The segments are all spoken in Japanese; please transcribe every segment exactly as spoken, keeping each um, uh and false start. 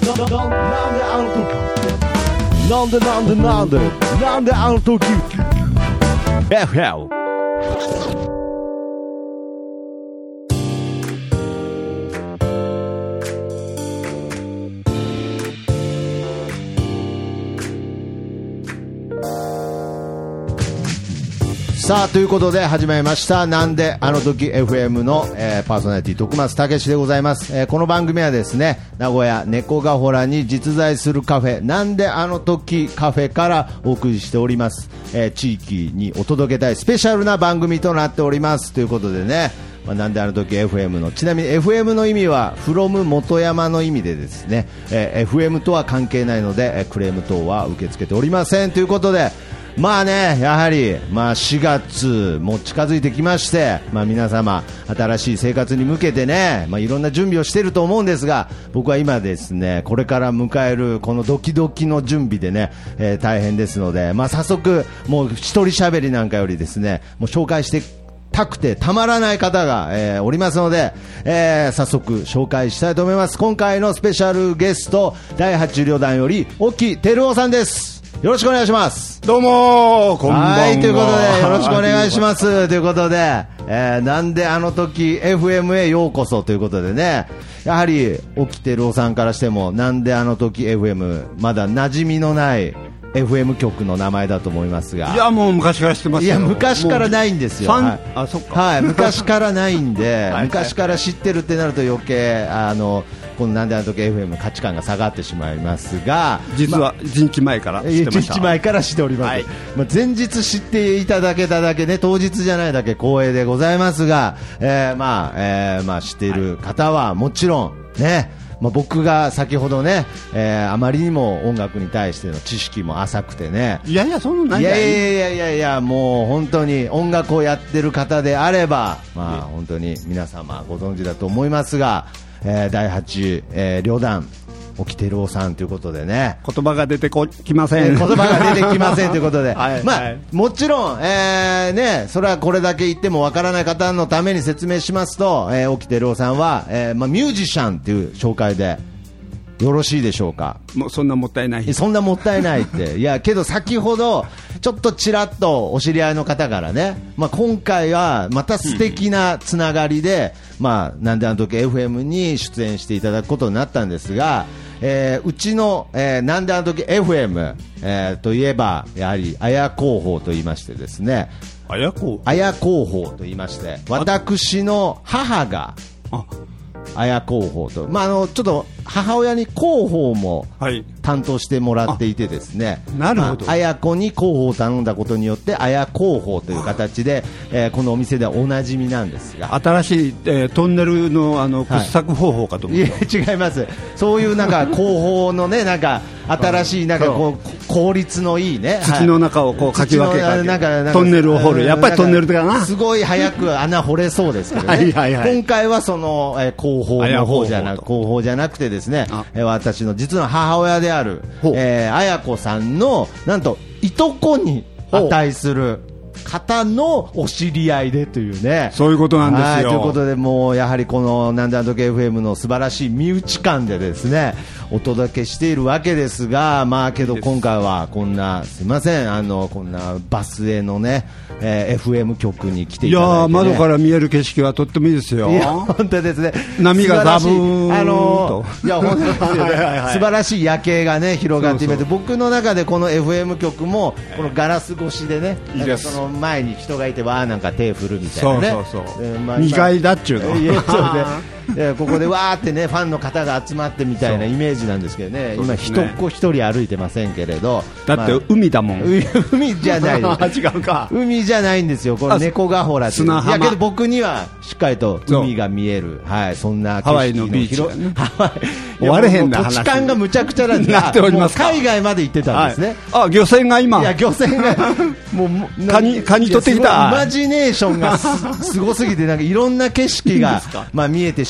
なんでなんでなんでなんであの時 エフエル。 さあということで始まりましたなんであの時 エフエム の、えー、パーソナリティ徳松武史でございます、えー、この番組はですね名古屋猫ヶ原に実在するカフェなんであの時カフェからお送りしております、えー、地域にお届けたいスペシャルな番組となっておりますということでね、まあ、なんであの時 エフエム のちなみに エフエム の意味は from 元山の意味でですね、えー、エフエム とは関係ないので、えー、クレーム等は受け付けておりませんということで、まあね、やはり、まあ、しがつも近づいてきまして、まあ、皆様新しい生活に向けてね、まあ、いろんな準備をしていると思うんですが、僕は今ですねこれから迎えるこのドキドキの準備でね、えー、大変ですので、まあ、早速もう一人喋りなんかよりですねもう紹介してたくてたまらない方が、えー、おりますので、えー、早速紹介したいと思います。今回のスペシャルゲストだいはち旅団より沖照夫さんです。よろしくお願いします。 どうもこんばんは。 はいということでよろしくお願いしますということで、えー、なんであの時 エフエム へようこそということでね、やはり沖照夫さんからしてもなんであの時 エフエム まだ馴染みのない エフエム 局の名前だと思いますが、 いやもう昔から知ってますよ。 いや昔からないんですよ。はい、 あそっか、 はい、昔からないんではい昔から知ってるってなると余計あのこのなんであの時 エフエム の価値観が下がってしまいますが、 実は人気前から知ってました。 人気前から知っております、はい、まあ、前日知っていただけただけね、当日じゃないだけ光栄でございますが、えーまあえーまあ、知っている方はもちろんね、まあ、僕が先ほどね、えー、あまりにも音楽に対しての知識も浅くてね、 いやいやそんなないんだいやいやいやいやいやもう本当に音楽をやってる方であれば、まあ、本当に皆様ご存知だと思いますが、えー、だいはち、えー、旅団沖照夫さんということでね、 言葉が出てこきません、 えー、言葉が出てきませんということではい、 まあはい、 もちろん、えーね、それはこれだけ言ってもわからない方のために説明しますと、えー、沖照夫さんは、えーまあ、ミュージシャンという紹介でよろしいでしょうか。 もうそんなもったいないそんなもったいないっていやけど先ほどちょっとちらっとお知り合いの方からね、まあ、今回はまた素敵なつながりで、うん、まあ、なんであの時 エフエム に出演していただくことになったんですが、えー、うちの、えー、なんであの時 エフエム、えー、といえばやはり綾広報と言いましてですね、 綾広綾広報と言いまして私の母があ綾広報と、まあ、あのちょっと母親に広報も担当してもらっていてですね、 なるほど、 まあ、綾子に広報を頼んだことによって綾広報という形で、えー、このお店ではおなじみなんですが、 新しい、えー、トンネルの、あの掘削方法かと思った、 はい、いや違います。そういうなんか広報のねなんか新しいなんかこう効率のいいね土の中をこうかき分けかけトンネルを掘る、やっぱりトンネルだな、 すごい早く穴掘れそうですけどねはいはい、はい、 今回はその、えー、広報の方じゃなく広報じゃなくてですね、えー、私の実の母親である、えー、綾子さんのなんといとこに値する方のお知り合いでというね、 そういうことなんですよ。 はい、ということでもうやはりこのなんであの時 エフエム の素晴らしい身内感でですねお届けしているわけですが、まあけど今回はこんなすいませんあのこんなバスへのね、えー、エフエム 局に来ていただいて、ね、いや窓から見える景色はとってもいいですよ。 いや本当ですね、 波がザブーンと、 あのいや本当ですよ、ね、はいはい、はい、素晴らしい夜景がね広がっていて、僕の中でこの エフエム 局もこのガラス越しでね、いいです、その前に人がいてわーなんか手振るみたいなね、 そうそうそう、 えーまあ、 にかいだっちゅうの、 いやそうでここでわーってねファンの方が集まってみたいなイメージなんですけどね、今一っ子一人歩いてませんけれど、 だって海だもん、まあ、海じゃない違うか、 海じゃないんですよ、これ猫ヶ原っていう、 砂浜、 いやけど僕にはしっかりと海が見える、はい、そんなハワイのビーチがね、 ハワイ終われへんな話、 土地感がむちゃくちゃなんでなっておりますか、 海外まで行ってたんですね、 はい、あ漁船が今、 いや漁船がもうカニカニ取ってきた、 イマジネーションが す, すごすぎてなんかいろんな景色がまあ見えてし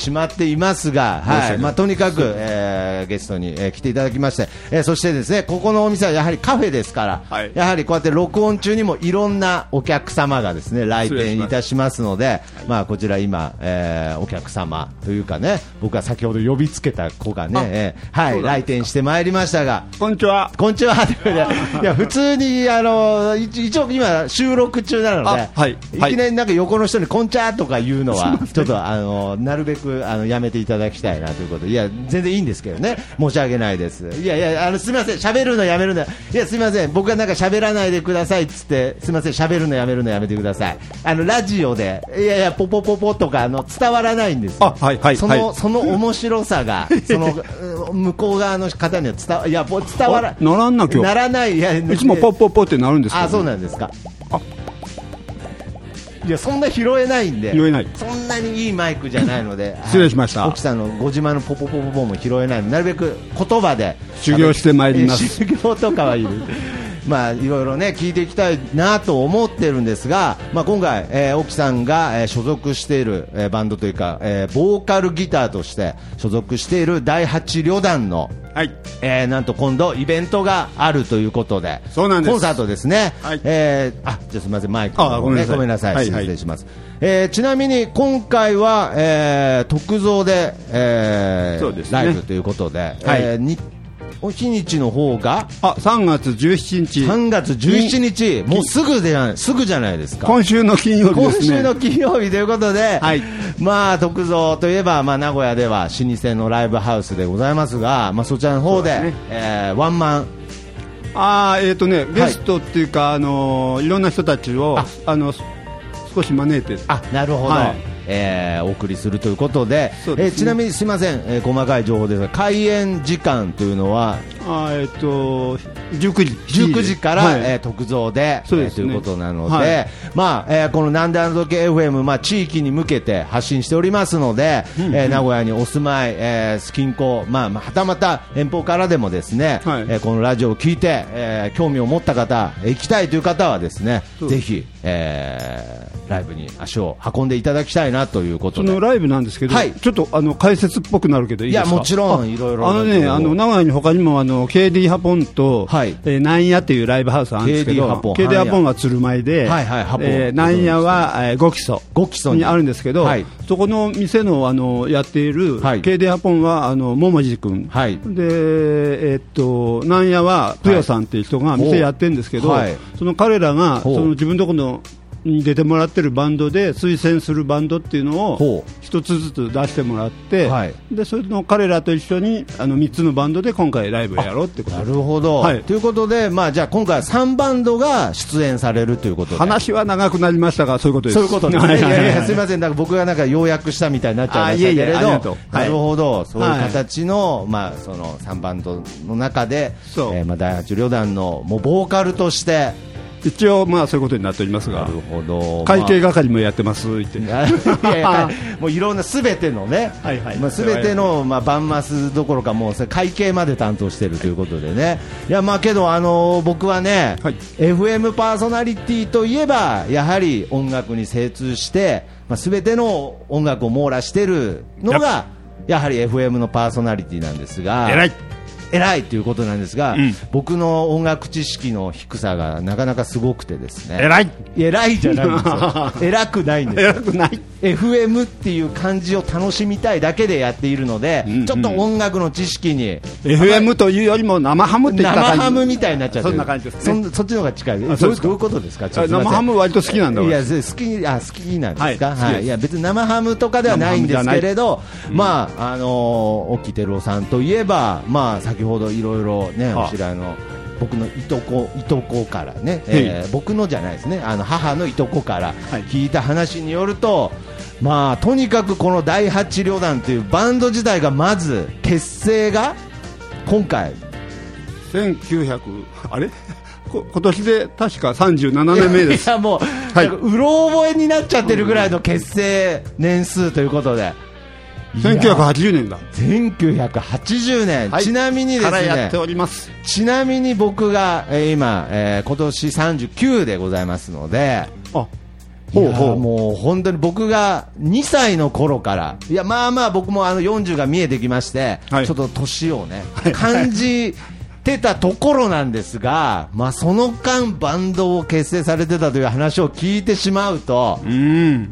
しまっていますが、はい、まあ、とにかく、えー、ゲストに、えー、来ていただきまして、えー、そしてですね、ここのお店はやはりカフェですから、はい、やはりこうやって録音中にもいろんなお客様がですね、来店いたしますので、はい、まあ、こちら今、えー、お客様というかね、僕は先ほど呼びつけた子がね、えー、はい、来店してまいりましたが、 こんにちは。 こんにちは。いや、普通に、あの、一応今収録中なので、はい、いきなりなんか横の人にこんちゃとか言うのは、ちょっとあの、なるべくあのやめていただきたいなということで、いや、全然いいんですけどね、申し訳ないです。いやいや、あの、すみません、喋るのやめるの、いや、すみません、僕がなんか喋らないでくださいっつって、すみません、喋るのやめるのやめてください。あの、ラジオで、いやいや、ポポポポとか、あの、伝わらないんですよ。 あ、はいはい、 その、はい、その面白さが、その、向こう側の方には伝わ、いや、伝わら、 ならんな、今日。 ならない、いや、 いつもポッポッポってなるんですか、ね、 あ、そうなんですか。あ、いや、そんな拾えないんで、 拾えない、 そんなにいいマイクじゃないので、 失礼しました。 奥さんのご自慢のポポポポポも拾えないので、なるべく言葉で修行してまいります。 修行とかはいるまあ、いろいろね聞いていきたいなと思ってるんですが、まあ、今回、えー、沖さんが、えー、所属している、えー、バンドというか、えー、ボーカルギターとして所属しているだいはち旅団の、はい、えー、なんと今度イベントがあるということで、 そうなんです。 コンサートですね、はい、えー、あ、じゃあすみません、マイクの、ね、ごめんなさい、ごめんなさい、はい、失礼します、はい、えー、ちなみに今回は、えー、特造で、えーね、ライブということで、はい、えー、日お日にちの方があさんがつじゅうしちにち、 さんがつじゅうしちにち、もうすぐでやすぐじゃないですか。 今週の金曜日ですね。 今週の金曜日ということで、はい、まあ特造といえば、まあ、名古屋では老舗のライブハウスでございますが、まあ、そちらの方で、ね、えー、ワンマン、 あー、えーとね、ゲストっていうか、はい、あのー、いろんな人たちをああの少し招いて、 あ、なるほど、はい、えー、お送りするということで、で、ね、えー、ちなみにすみません、えー、細かい情報ですが、開演時間というのはあ、えー、とじゅうくじ、 じゅうくじから、はい、えー、特造で、そうですね、えー、ということなので、はい、まあえー、このなんであの時 エフエム、まあ、地域に向けて発信しておりますので、うんうん、えー、名古屋にお住まい、えー、近郊、まあ、まあ、はたまた遠方からでもですね、はい、えー、このラジオを聞いて、えー、興味を持った方、行きたいという方はですね、ぜひ、えー、ライブに足を運んでいただきたいなということで、 そのライブなんですけど、はい、ちょっとあの解説っぽくなるけどいいですか。 いや、もちろんいろいろ、 あのね、あの名古屋に他にもあの ケーディー ハポンと、はい、えー、ナンヤっていうライブハウスあるんですけど、 ケーディー ハポンは鶴舞で、はいはい、えー、ナンヤは、えー、ごきそごきそにあるんですけど、はい、そこの店の、あのやっている、はい、ケーディー ハポンはあの桃地君、はい、で、えー、っとナンヤはプヨさんっていう人が店やってるんですけど、はい、その彼らがその自分のところのに出てもらってるバンドで推薦するバンドっていうのを一つずつ出してもらって、はい、でそれの彼らと一緒にあのみっつのバンドで今回ライブをやろうってこと。 なるほど、はい、ということで、まあ、じゃあ今回はさんバンドが出演されるということで、 話は長くなりましたがそういうことです。 そういうことですね。いやいや、すみません、なんか僕がなんか要約したみたいになっちゃいましたけれど、 あ、いえいえ、ありがとう。 なるほど、はい、そういう形の、まあ、そのさんバンドの中で、えーまあ、だいはち旅団のもうボーカルとして一応まあそういうことになっておりますが、 なるほど、 会計係もやってますって、いやいや、もういろんなすべてのね、はいはい、まあ、すべてのまあバンマスどころかもう会計まで担当しているということでね、いやまあけどあの僕はね、はい、エフエム パーソナリティといえばやはり音楽に精通して、まあ、すべての音楽を網羅しているのがやはり エフエム のパーソナリティなんですが、 偉い偉いということなんですが、うん、僕の音楽知識の低さがなかなかすごくてですね、 偉い偉いじゃないんですよ偉くないんですよ。 偉くないエフエム っていう漢字を楽しみたいだけでやっているので、うんうん、ちょっと音楽の知識にエフエム というよりも生ハムって言った感じ、 生ハムみたいになっちゃってる。 そんな感じですね。 そ, そっちの方が近い。どう, どういうことですか。 ちょっと生ハム割と好きなんだ。 いや好きあ好きなんですか、はいはい、いや別に生ハムとかではないんですけれど、うん、まああのー、沖輝夫さんといえば、まあ先ほどいろいろね、お知り合いの僕のいとこいとこからね、えー、僕のじゃないですね、あの母のいとこから聞いた話によると、はい、まあとにかくこのだいはち旅団というバンド自体がまず結成が今回せんきゅうひゃくあれ今年で確かさんじゅうななねんめです。 いやもう、はい、うろ覚えになっちゃってるぐらいの結成年数ということで、 せんきゅうひゃくはちじゅうねんだ。 せんきゅうひゃくはちじゅうねん、はい、ちなみにですね、 からやっております。 ちなみに僕が、えー、今、えー、今年さんじゅうきゅうでございますので、 あいやもう本当に僕がにさいの頃から、いやまあまあ僕もあのよんじゅうが見えてきまして、はい、ちょっと年をね、はい、感じてたところなんですが、まあ、その間バンドを結成されてたという話を聞いてしまうと、うん、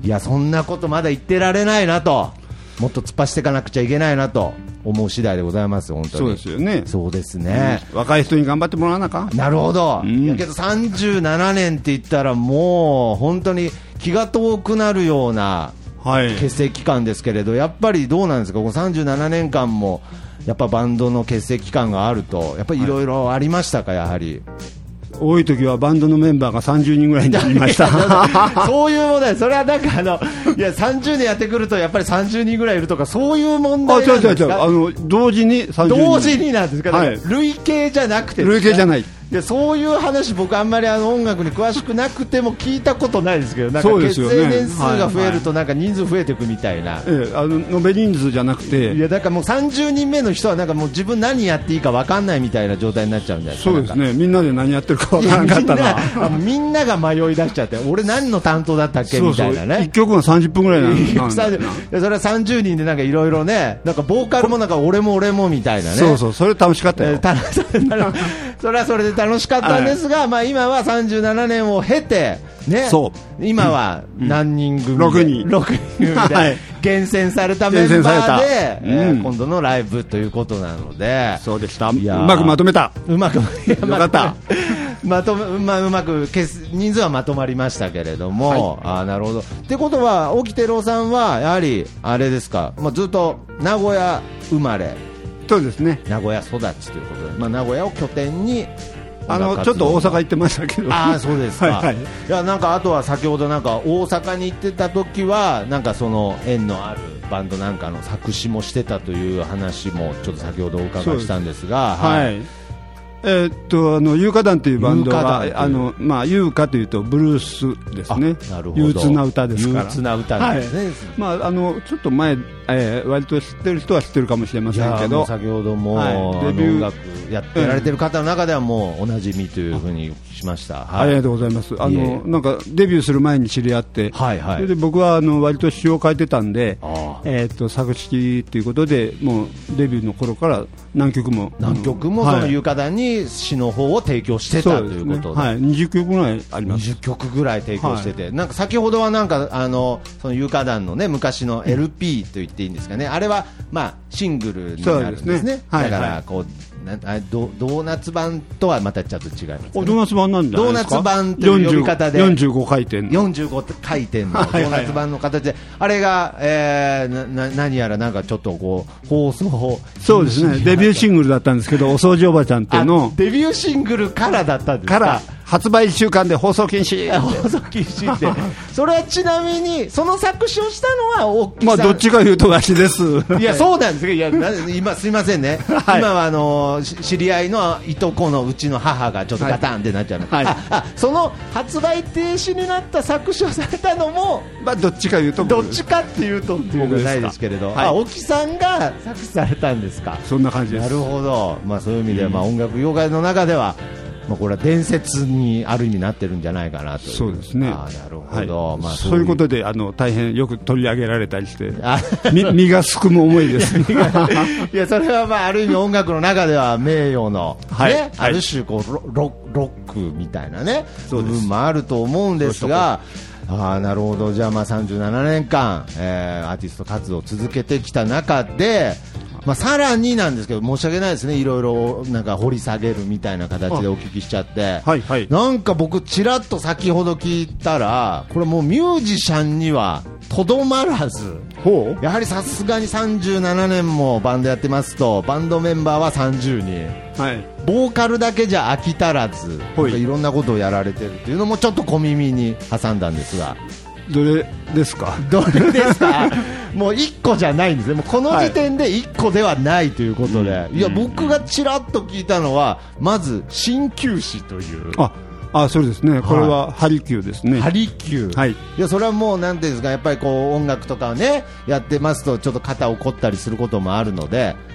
いやそんなことまだ言ってられないなと、もっと突っ走っていかなくちゃいけないなと思う次第でございます。本当にそうですよね。 そうですね、 うん、若い人に頑張ってもらわなあかん。 なるほど、うん、いやけどさんじゅうななねんって言ったらもう本当に気が遠くなるような結成期間ですけれど、はい、やっぱりどうなんですか、このさんじゅうななねんかんもやっぱバンドの結成期間があるとやっぱりいろいろありましたか、やはり。 多い時はバンドのメンバーがさんじゅうにんぐらいになりましたそういう問題、それはなんかあのいやさんじゅうねんやってくるとやっぱりさんじゅうにんぐらいいるとかそういう問題なんですか。 あ、違う違う違う、あの同時にさんじゅうにん、 同時になんですか、はい、累計じゃなくて累計じゃない。 いやそういう話、僕あんまりあの音楽に詳しくなくても聞いたことないですけど、なんか結成年数が増えるとなんか人数増えていくみたいな、 ええ、あの延べ人数じゃなくて、 いやだからもうさんじゅうにんめの人はなんかもう自分何やっていいか分かんないみたいな状態になっちゃうんじゃないですか。 そうですね、みんなで何やってるか分からなかったな。 みんなが迷い出しちゃって、俺何の担当だったっけみたいなね。 いっきょくがさんじゅっぷんぐらいなんだ。いやそれはさんじゅうにんでなんかいろいろね、なんかボーカルもなんか俺も俺もみたいなね。 そうそう、それ楽しかったよ。 それはそれで楽しかったんですが、はい、まあ今はさんじゅうななねんを経てね、そう今は何人組、うん、 ろくにんろくにん組で、はい、厳選されたメンバーで、えー、今度のライブということなので、 そうでした。うまくまとめた。 うまくよかったまとめ、まあ、うまく人数はまとまりましたけれども、はい、あなるほど。ってことは沖輝郎さんはやはりあれですか、まあ、ずっと名古屋生まれ、 そうですね、 名古屋育ちということで、まあ、名古屋を拠点にあのちょっと大阪行ってましたけど。 ああそうですか。はい、はい、いやなんかあとは先ほどなんか大阪に行ってた時はなんかその縁のあるバンドなんかの作詞もしてたという話もちょっと先ほどお伺いしたんですが、 はい、はい、えー、っとあの有歌団というバンドはあの、まあ、有歌というとブルースですね。 なるほど、 憂鬱な歌ですから。 憂鬱な歌ですね。はい、 まあ、あのちょっと前、えー、割と知ってる人は知ってるかもしれませんけど、 先ほども、はい、デビュー音楽やってられてる方の中ではもうおなじみというふうにしました。はい、 ありがとうございます。あのなんかデビューする前に知り合って、はいはい、それで僕はあの割と詩を書いてたんで、えー、っと作詞ということでもうデビューの頃から何曲も何曲もその有歌団に詩の方を提供してた、はい、ということで、 はい、にじゅっきょくぐらいあります。 にじゅっきょくぐらい提供してて、はい、なんか先ほどはなんかあのその有歌団のね昔の エルピー と言っていいんですかね、あれはまあシングルになるんですね。 そうですね、はい、 だからこうなド, ドーナツ版とはまたちょっと違います、ね、 ドーナツ版なんじゃないですか。 ドーナツ版という呼び方でよんじゅうごかいてんよんじゅうごかいてんのドーナツ版の形であれが、えー、な何やらなんかちょっとこう放送そうですねデビューシングルだったんですけどお掃除おばちゃんっていうのデビューシングルからだったんですか。 から発売いっしゅうかんで放送禁止放送禁止ってそれはちなみにその作詞をしたのは大木さん、 まあ、どっちか言うとわしですいやそうなんですけどいや今すいませんね、はい、今はあの知り合いのいとこのうちの母がちょっとガタンってなっちゃう、はい、ああその発売停止になった作詞をされたのも、 まあ、どっちか言うとどっちかっていうとっていうのはないですけれど、はい、あ大木さんが作詞されたんですか。 そんな感じです。 なるほど、まあ、そういう意味で、まあ、音楽業界の中ではまあ、これは伝説にある意味なってるんじゃないかなという。 そうですね。 あなるほど、はい、まあ、 そういう、そういうことであの大変よく取り上げられたりして身がすくむ思いですいやそれはまあある意味音楽の中では名誉の、はいね、ある種こう ロ, ロックみたいなね部分もあると思うんですが、あなるほど。じゃあまあさんじゅうななねんかん、えー、アーティスト活動を続けてきた中でまあ、さらになんですけど申し訳ないですね、いろいろなんか掘り下げるみたいな形でお聞きしちゃって、はいはい、なんか僕ちらっと先ほど聞いたらこれもうミュージシャンにはとどまらずほうやはりさすがにさんじゅうななねんもバンドやってますとバンドメンバーはさんじゅうにん、はい、ボーカルだけじゃ飽き足らずなんかいろんなことをやられてるというのもちょっと小耳に挟んだんですが、 どれですかどれですかもういっこじゃないんですね。もうこの時点でいっこではないということで、はい、いや僕がちらっと聞いたのはまず鍼灸師というああそうですね、これはハリキューですね。 ハリキュー、はい、いやそれはもうなんていうんですか、やっぱりこう音楽とかをねやってますとちょっと肩を凝ったりすることもあるので、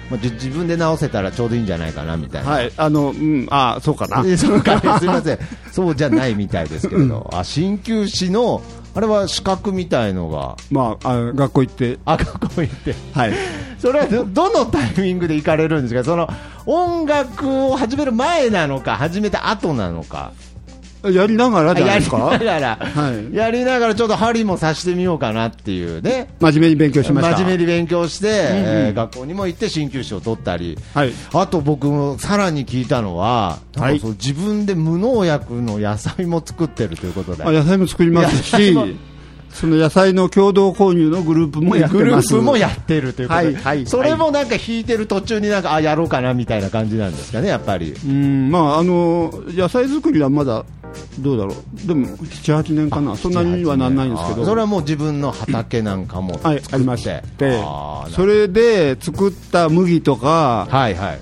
まあ、自分で直せたらちょうどいいんじゃないかなみたいな、 はい、あの、うん、あ、そうかな、 そうかね、すみません、そうじゃないみたいですけど、あ、鍼灸師のあれは資格みたいのが、 まあ、あ学校行って、 あ、学校行って、 はい、 それは ど, どのタイミングで行かれるんですか、その音楽を始める前なのか、始めた後なのか。 やりながらじゃないですか。 やりながら、はい、やりながらちょっと針も刺してみようかなっていうね。 真面目に勉強しました。 真面目に勉強して、うんうん、えー、学校にも行って鍼灸師を取ったり、はい、あと僕もさらに聞いたのは、はい、そう自分で無農薬の野菜も作ってるということで。 あ、野菜も作りますし、その野菜の共同購入のグループもやってます。 グループもやってるということで、はいはい、それもなんか弾いてる途中になんかあやろうかなみたいな感じなんですかね、やっぱり。 うん、まああの野菜作りはまだどうだろう、でもななはちねんかな、そんなにはなんないんですけど、 それはもう自分の畑なんかも作って、はい、ありまして、 それで作った麦とか、はいはい、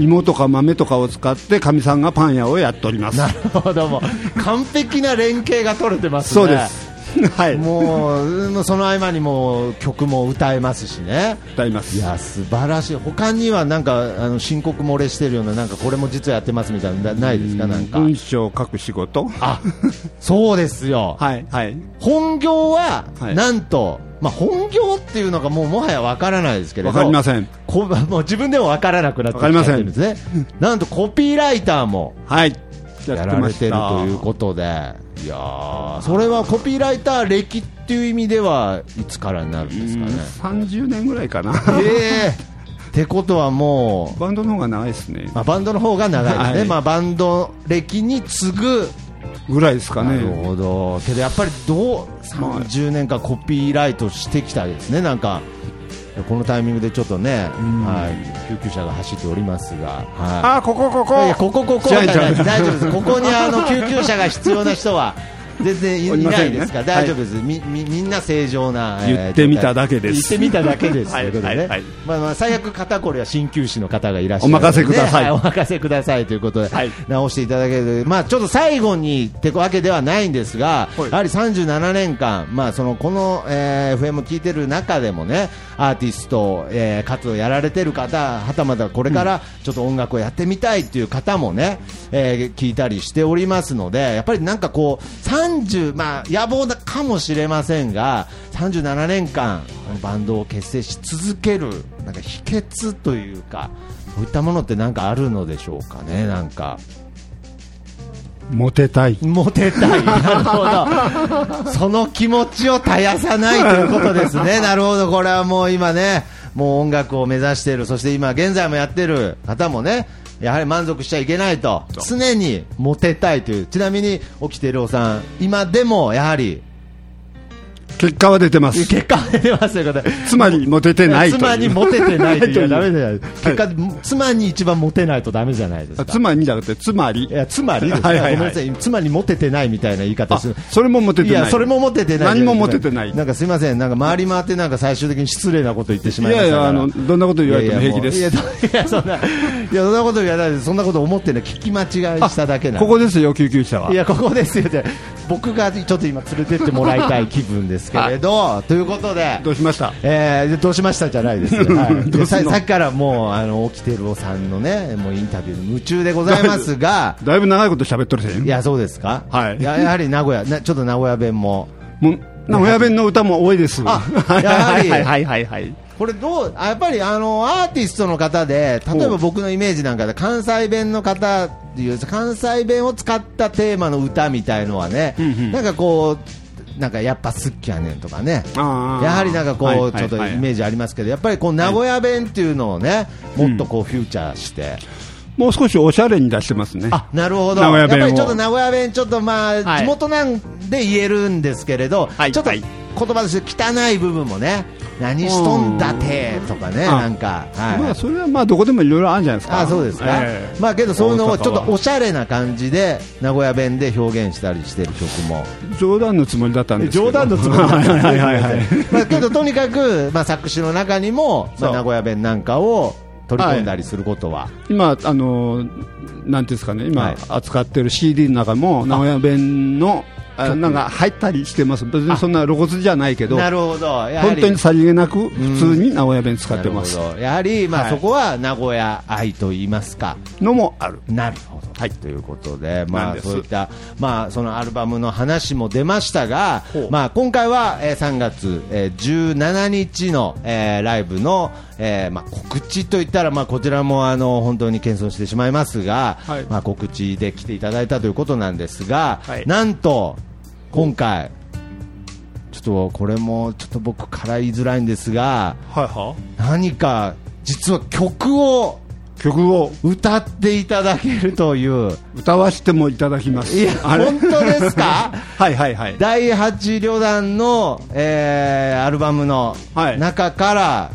芋とか豆とかを使ってかみさんがパン屋をやっております。 なるほど、もう完璧な連携が取れてますね。 そうですはい、 もうその合間にも曲も歌えますしね。 歌います。 いや素晴らしい。他にはなんかあの申告漏れしてるような、なんかこれも実はやってますみたいなないですか。なんか文章を書く仕事。 あ、そうですよ。 はいはい。 本業はなんと、はい、まあ、本業っていうのがもうもはやわからないですけれど、 わかりません。 こもう自分でもわからなくなってきちゃってるんですね。なんとコピーライターもはいやられてるということで、いやー、それはコピーライター歴っていう意味ではいつからになるんですかね。 さんじゅうねんぐらいかな。 えーってことはもうバンドの方が長いですね。 まあ、バンドの方が長いですね、はい、まあ、バンド歴に次ぐぐらいですかね。 なるほど。けどやっぱりどうさんじゅうねんかんコピーライトしてきたわけですね。なんかこのタイミングでちょっとね、はい、救急車が走っておりますが、はい、 あ、ここここ、 いやここここじゃない、大丈夫です。ここにあの救急車が必要な人は全然 い, いないですから、大丈夫です、はい、み, み, みんな正常な、 えー、言ってみただけです。 言ってみただけです。 はい、 ということでね、はいはい、まあ、まあ最悪肩こりは鍼灸師の方がいらっしゃる、 ね、お任せください、 はい、お任せくださいということで、はい、直していただける、まあ、ちょっと最後にってわけではないんですが、はい、やはりさんじゅうななねんかん、まあ、そのこの、えー、エフエム 聞いてる中でもね、アーティスト、えー、活動やられてる方、はたまたこれからちょっと音楽をやってみたいっていう方もね、えー、聞いたりしておりますので、やっぱりなんかこうさんじゅう、まあ野望だかもしれませんが、さんじゅうななねんかんバンドを結成し続けるなんか秘訣というか、そういったものってなんかあるのでしょうかね。なんかモテたいモテたいなるほどその気持ちを絶やさないということですね。なるほど。これはもう今ね、もう音楽を目指している、そして今現在もやってる方もね、やはり満足しちゃいけないと、常にモテたいという。ちなみに沖テルオさん、今でもやはり結果は出てます。 結果は出てますということで、 妻にモテてないという。 妻にモテてないというダメじゃない。結果、はい、妻に一番モテないとダメじゃないですか。 妻にじゃなくてつまり、 いやつまりですね、はいはいはい、ごめんなさい、妻にモテてないみたいな言い方する。 それもモテてない。いやそれもモテてない。 何もモテてない。 なんかすみません、なんか回り回ってなんか最終的に失礼なこと言ってしまいましたから。 いやいや、あのどんなこと言われても平気です。 いやいやいやそんないやそんなこと言わないです。そんなこと思ってない、聞き間違いしただけなんで。 ここですよ救急車は。 いやここですよって。僕がちょっと今連れてってもらいたい気分ですけれどということで、 どうしました、 えー、どうしましたじゃないです、はい、で さ, さっきからもうあの沖テルオさんのね、もうインタビューに夢中でございますがだいぶ長いこと喋っとるせん。 いやそうですか、はい、や, やはり名古屋なちょっと名古屋弁もも名古屋弁の歌も多いです。 あやはりはいはいはいはい。 これどうやっぱりあのアーティストの方で、例えば僕のイメージなんかで関西弁の方っていう関西弁を使ったテーマの歌みたいのはね、うんうん、なんかこうなんかやっぱ好きやねんとかね、やはりなんかこう、はいはいはい、ちょっとイメージありますけど、やっぱりこう名古屋弁っていうのをね、はい、もっとこうフューチャーして、 うん、もう少しおしゃれに出してますね。 あ、なるほど。やっぱりちょっと名古屋弁ちょっとまあ、はい、地元なんで言えるんですけれど、はい、ちょっと言葉として汚い部分もね、何しとんだてとかね、なんか、 はい、まあそれはまあどこでもいろいろあるんじゃないですか。 あ、そうですか、えー、まあけどそういうのをちょっとおしゃれな感じで名古屋弁で表現したりしてる曲も冗談のつもりだったんですけど、 冗談のつもりだったんですはいはいはい、まあけどとにかく、まあ、作詞の中にも、まあ、名古屋弁なんかを取り込んだりすることは、はい、 今あのなんていうんですかね、今、はい、扱ってる シーディー の中も名古屋弁のあなんか入ったりしてます。別にそんな露骨じゃないけど、 なるほど、やはり本当にさりげなく普通に名古屋弁使ってます。 うん、やはり、まあ、はい、そこは名古屋愛と言いますかのもある。 なるほど、はい、ということで、まあ、そういった、まあ、そのアルバムの話も出ましたが、まあ、今回は、えー、さんがつ、えー、じゅうしちにちの、えー、ライブの、えーまあ、告知といったら、まあ、こちらもあの本当に謙遜してしまいますが、はい、まあ、告知で来ていただいたということなんですが、はい、なんと今回ちょっとこれもちょっと僕から言いづらいんですが、はいは何か実は曲を曲を歌っていただけるという。 歌わせてもいただきます。 いや本当ですか？ はいはいはい。 だいはち旅団の、えー、アルバムの中から、はい、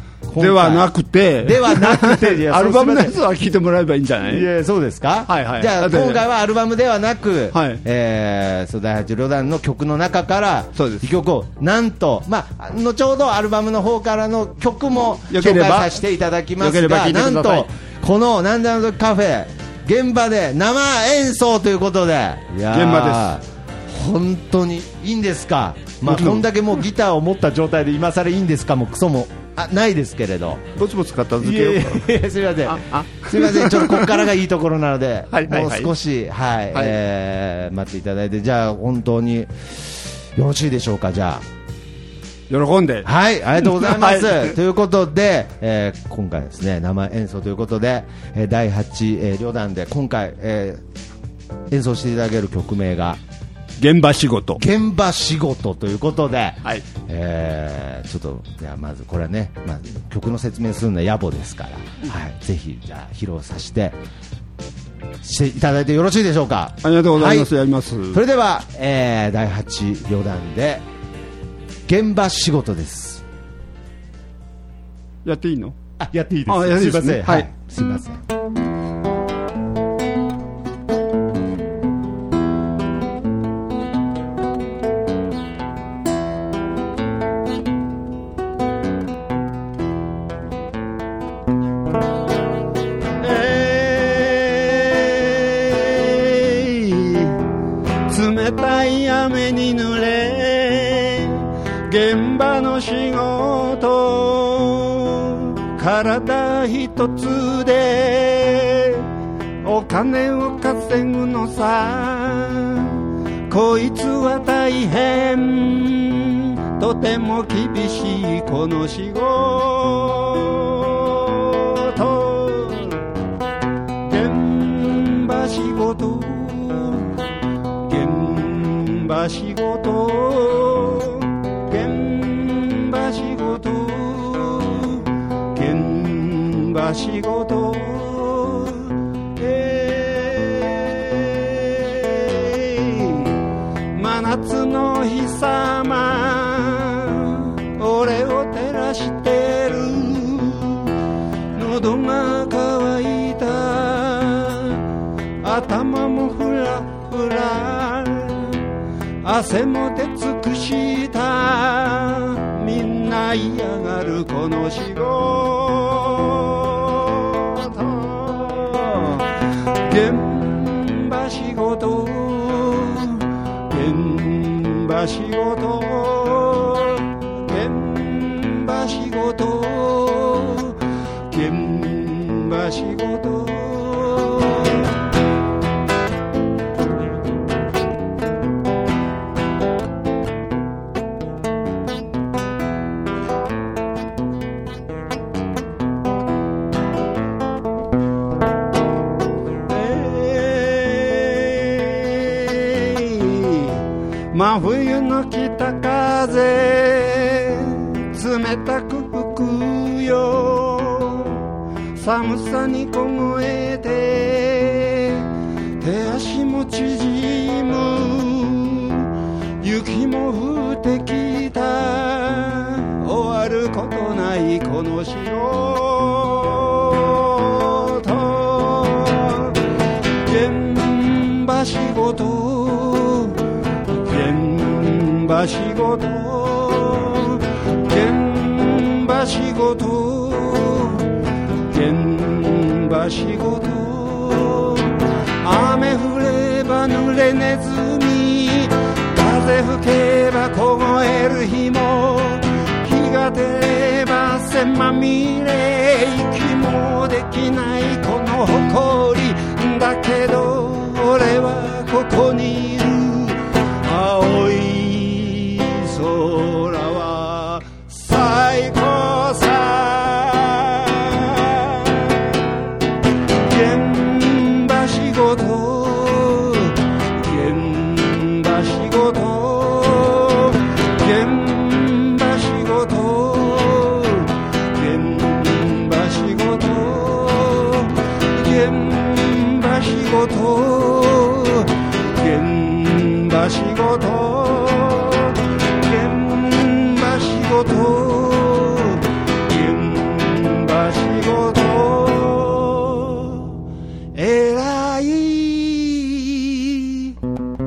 ではなくてではなくてアルバムのやつは聴いてもらえばいいんじゃない？ いやそうですか？ はいはい。 じゃあ今回はアルバムではなく、はい、えー、そうだいはち旅団の曲の中からいっきょくをなんと、まあ、後ほどアルバムの方からの曲も紹介させていただきますが、なんとこのなんであの時カフェ現場で生演奏ということで、 いや現場です。 本当にいいんですか？まあ、こんだけもうギターを持った状態で今更いいんですかもクソもあないですけれど、 ぼちぼち片付けようか。 いやいやすみませんああすみません、ちょっとここからがいいところなのではい、もう少し、はいはい、えー、待っていただいて、じゃあ本当によろしいでしょうか？じゃあ喜んで、 はい、ありがとうございます、はい、ということで、えー、今回ですね生演奏ということで、えー、だいはち、えー、旅団で今回、えー、演奏していただける曲名が現場仕事現場仕事ということで、 はい、 えー、ちょっとじゃあまずこれはね、まず曲の説明するのは野暮ですから、はい、ぜひじゃあ披露させてしていただいてよろしいでしょうか？ ありがとうございます、はい、やります。 それでは、えー、だいはち旅団で現場仕事です。 やっていいの？ あ、やっていいです。 あ、やっていいですね。 すいません、はい、すいません。 冷たい雨に濡れ現場の仕事体一つでお金を稼ぐのさこいつは大変とても厳しいこの仕事現場仕事現場仕事現場仕事現場仕事えー、真夏の日さま俺を照らしてる喉が渇いた頭もフラフラ汗も出尽くしたみんな嫌がるこの仕事現場仕事現場仕事現場仕事現場仕事真冬の北風冷たく吹くよ寒さに凍えて手足も縮む雪も降ってきた終わることないこの仕事現場仕事現場仕事現場仕事現場仕事雨降れば濡れネズミ風吹けば凍える日も日が照れば汗まみれ息もできないこの誇りだけど俺はここにいる青い空は最高さ現場仕事仕事現場仕事現場仕事偉い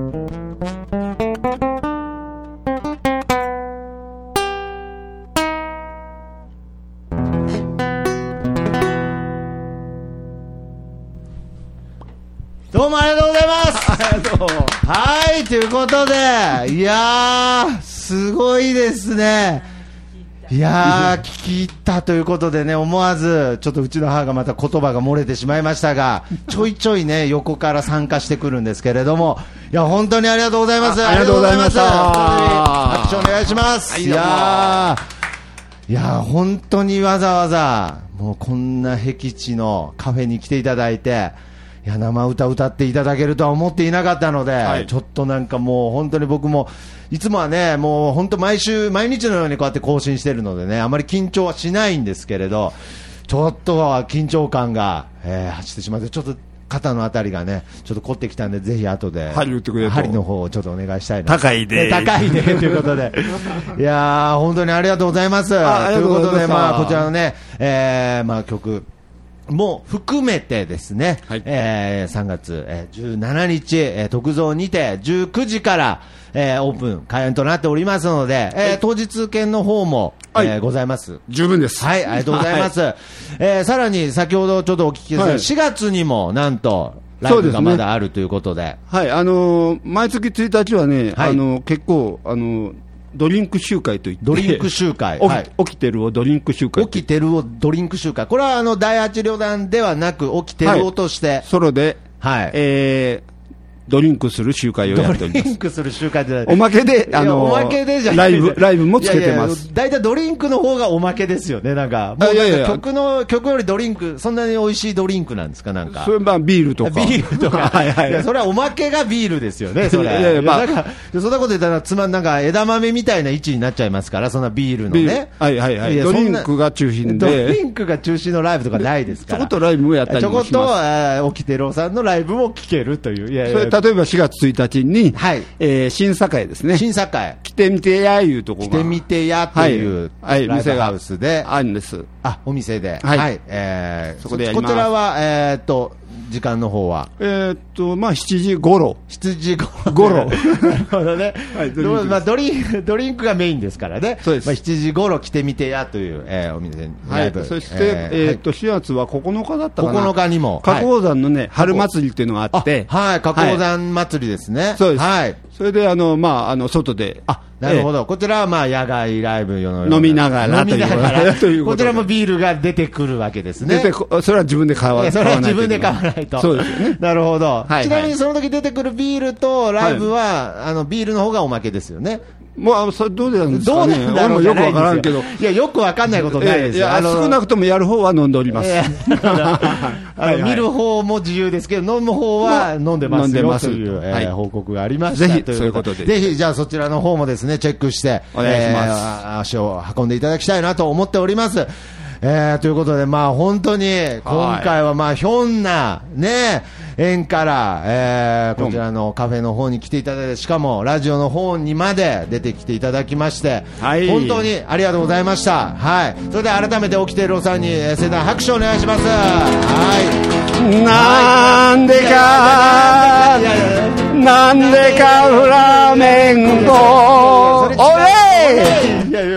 どうもありがとうございます。ありがとう。はい、ということで、いやー、すごいですね。いやー、聞き入ったということでね、思わず、ちょっとうちの母がまた言葉が漏れてしまいましたが、ちょいちょいね、横から参加してくるんですけれども、いや、本当にありがとうございます。 ありがとうございました。 拍手お願いします。いやー、いやー、本当にわざわざ、もうこんな僻地のカフェに来ていただいて、いや生歌歌っていただけるとは思っていなかったので、はい、ちょっとなんかもう本当に僕もいつもはねもう本当毎週毎日のようにこうやって更新してるのでねあまり緊張はしないんですけれどちょっとは緊張感が、えー、走ってしまってちょっと肩のあたりがねちょっと凝ってきたんでぜひ後で針打ってくれと針の方をちょっとお願いしたいな高いで高いでということでいやー本当にありがとうございます。ということでまあこちらのね、えー、まあ曲も含めてですね、はいえー、さんがつじゅうしちにち、えー、徳蔵にてじゅうくじから、えー、オープン開演となっておりますので、えー、当日券の方も、はいえー、ございます。 十分です。 はい、ありがとうございます。はいえー、さらに先ほどちょっとお聞きした、はい、しがつにもなんとライブがまだあるということで、で、ね、 はいあのー、毎月ついたちはね、はい、あのー、結構あのードリンク集会といってドリンク集会、 はい、起きてるをドリンク集会起きてるをドリンク集会これはあの第八旅団ではなく起きてるをとして、はい、 ソロで、はいえードリンクする集会をやっております。 ドリンクする集会でおまけで、あのー、 おまけでじゃライブ、ライブもつけてます。 だいたいドリンクの方がおまけですよね、なんか。もうなんか曲の、曲よりドリンク、そんなに美味しいドリンクなんですか、なんか。 それまあビールとか。 ビールとか。はいはい。いや、それはおまけがビールですよね、それ。いやいや、まあ。なんか、そんなこと言ったら、つまん、なんか枝豆みたいな位置になっちゃいますから、そんなビールのね。 はいはいはい。ドリンクが中心で。 ドリンクが中心のライブとかないですから。 ちょこっとライブもやったりもします。 ちょこっと、起きてろさんのライブも聴けるという。いやいやそれ、例えばしがつついたちに、はいえー、新栄ですね。 新栄。 来てみてやいうとこが。 来てみてやという、はい、ライブハウスで。 あるんです。 あ、お店で。 はい。はい、 えー、そこでやります。こちらは、えー、っと、時間の方はえー、っと、まあ、しちじごろ。 しちじごろ。 なるほどね。はい、ドリンク、まあ、ドリンク、ドリンクがメインですからね。 そうです。 まあ、しちじごろ来てみてやという、えー、お店にライブ。 はい、そして、えー、えー、っと、しがつはここのかだったかな。 ここのかにも。 花崗山のね、春祭りっていうのがあって。 はい、花崗山祭りですね。はい、 そうです。 はい。 それで、あの、まあ、あの、外で。 あ、なるほど。えー、こちらは、まあ、野外ライブの飲みながらというこちらもビールが出てくるわけですね。 出て、それは自分で買わないと。 それは自分で買わないと。 そうですよね。 なるほど。 はいはい、 ちなみにその時出てくるビールとライブは、はい、あの、ビールの方がおまけですよね。 もうあのそれどうなんですかね。どうなんだろう。俺もよくわからんけど。 いや、よくわかんないことないですよ。 いや、少なくともやる方は飲んでおります。 あの見る方も自由ですけど、飲む方は飲んでますよという、えー、報告がありました。 ぜひ、そういうことで。 ぜひ、じゃあそちらの方もですね、チェックして、 お願いします。 えー、足を運んでいただきたいなと思っております。えー、ということで、まあ本当に、今回はまあひょんな、ね、縁から、えー、こちらのカフェの方に来ていただいて、しかもラジオの方にまで出てきていただきまして、はい、本当にありがとうございました。はい。それでは改めて起きているおさんに盛大拍手をお願いします。はい。 なんでか、なんでかフラメンコ、おれいやいや別に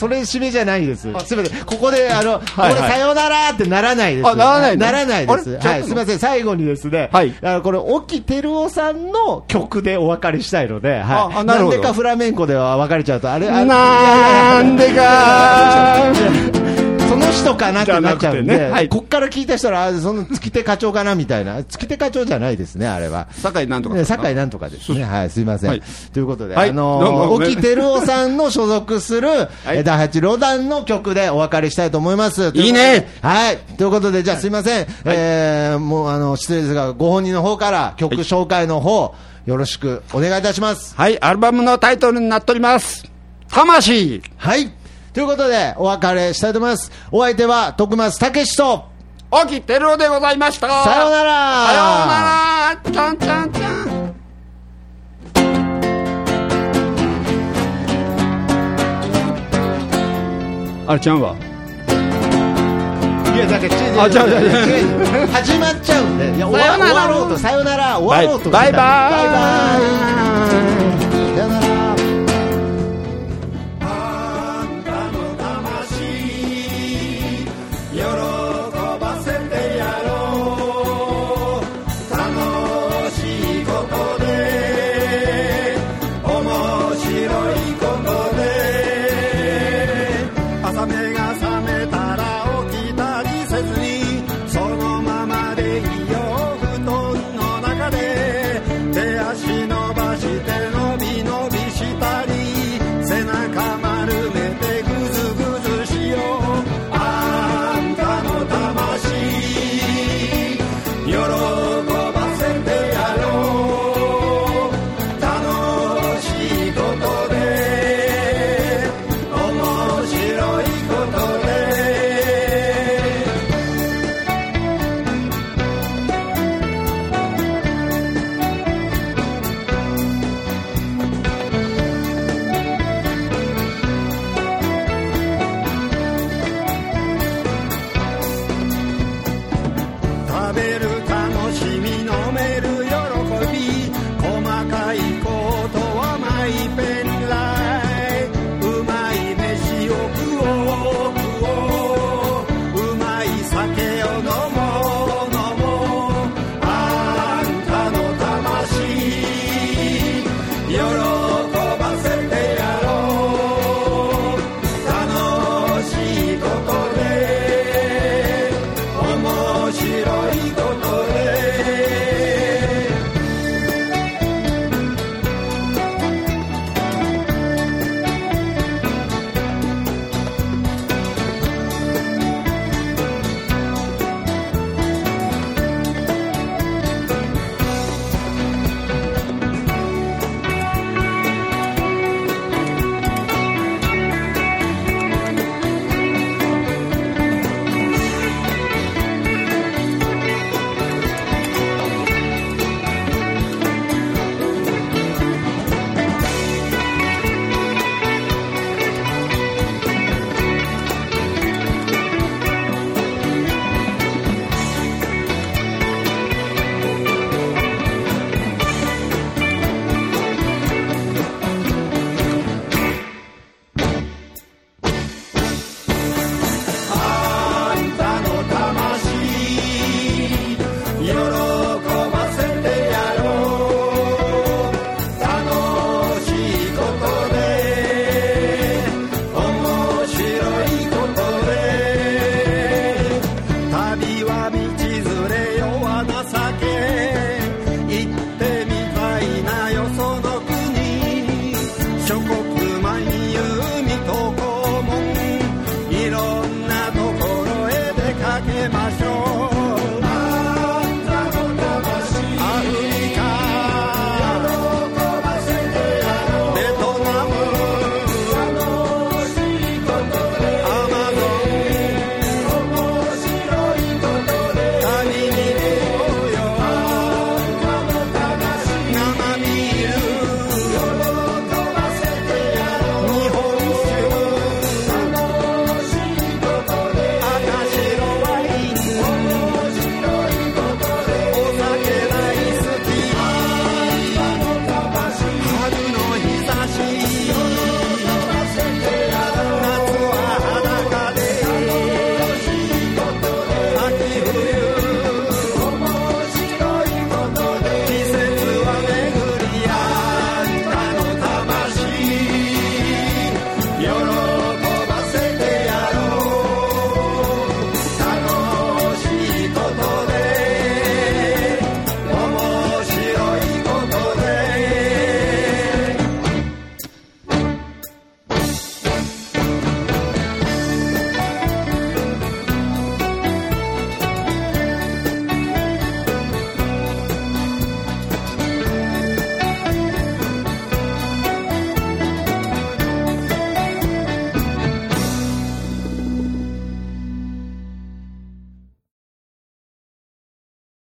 それ締めじゃないです。すみません、ここであの、はいはい、これさよならってならないです。 あ、ならないならないです。はい、すみません、最後にですね、はい、あのこれ沖照夫さんの曲でお別れしたいので、はい、あ、なるほど。なんでかフラメンコでは別れちゃうとあれ、あれなんでかその人かなってなっちゃうんで、ね、はい、こっから聞いた人はその月手課長かなみたいな、月手課長じゃないですね、あれは酒井なんとか酒井なんとかですね。はい、すいません、はい、ということで、はい、あのー、沖照夫さんの所属する、はい、だいはちロダンの曲でお別れしたいと思います。 いいね。 はい、ということで、じゃあすいません、はい、えー、もうあの失礼ですが、ご本人の方から曲紹介の方、はい、よろしくお願いいたします。 はい、アルバムのタイトルになっております、魂。 はい、ということでお別れしたいと思います。お相手は徳松武史と沖照夫でございました。 さようなら。 さようなら。ちゃんちゃんちゃん。あれちゃんは。 いやだからあちゃうちゃう始まっちゃうんで、いや終わ終わろうとさよなら終わろうとバイバイバイバイ。 さよなら。 旅は道連れ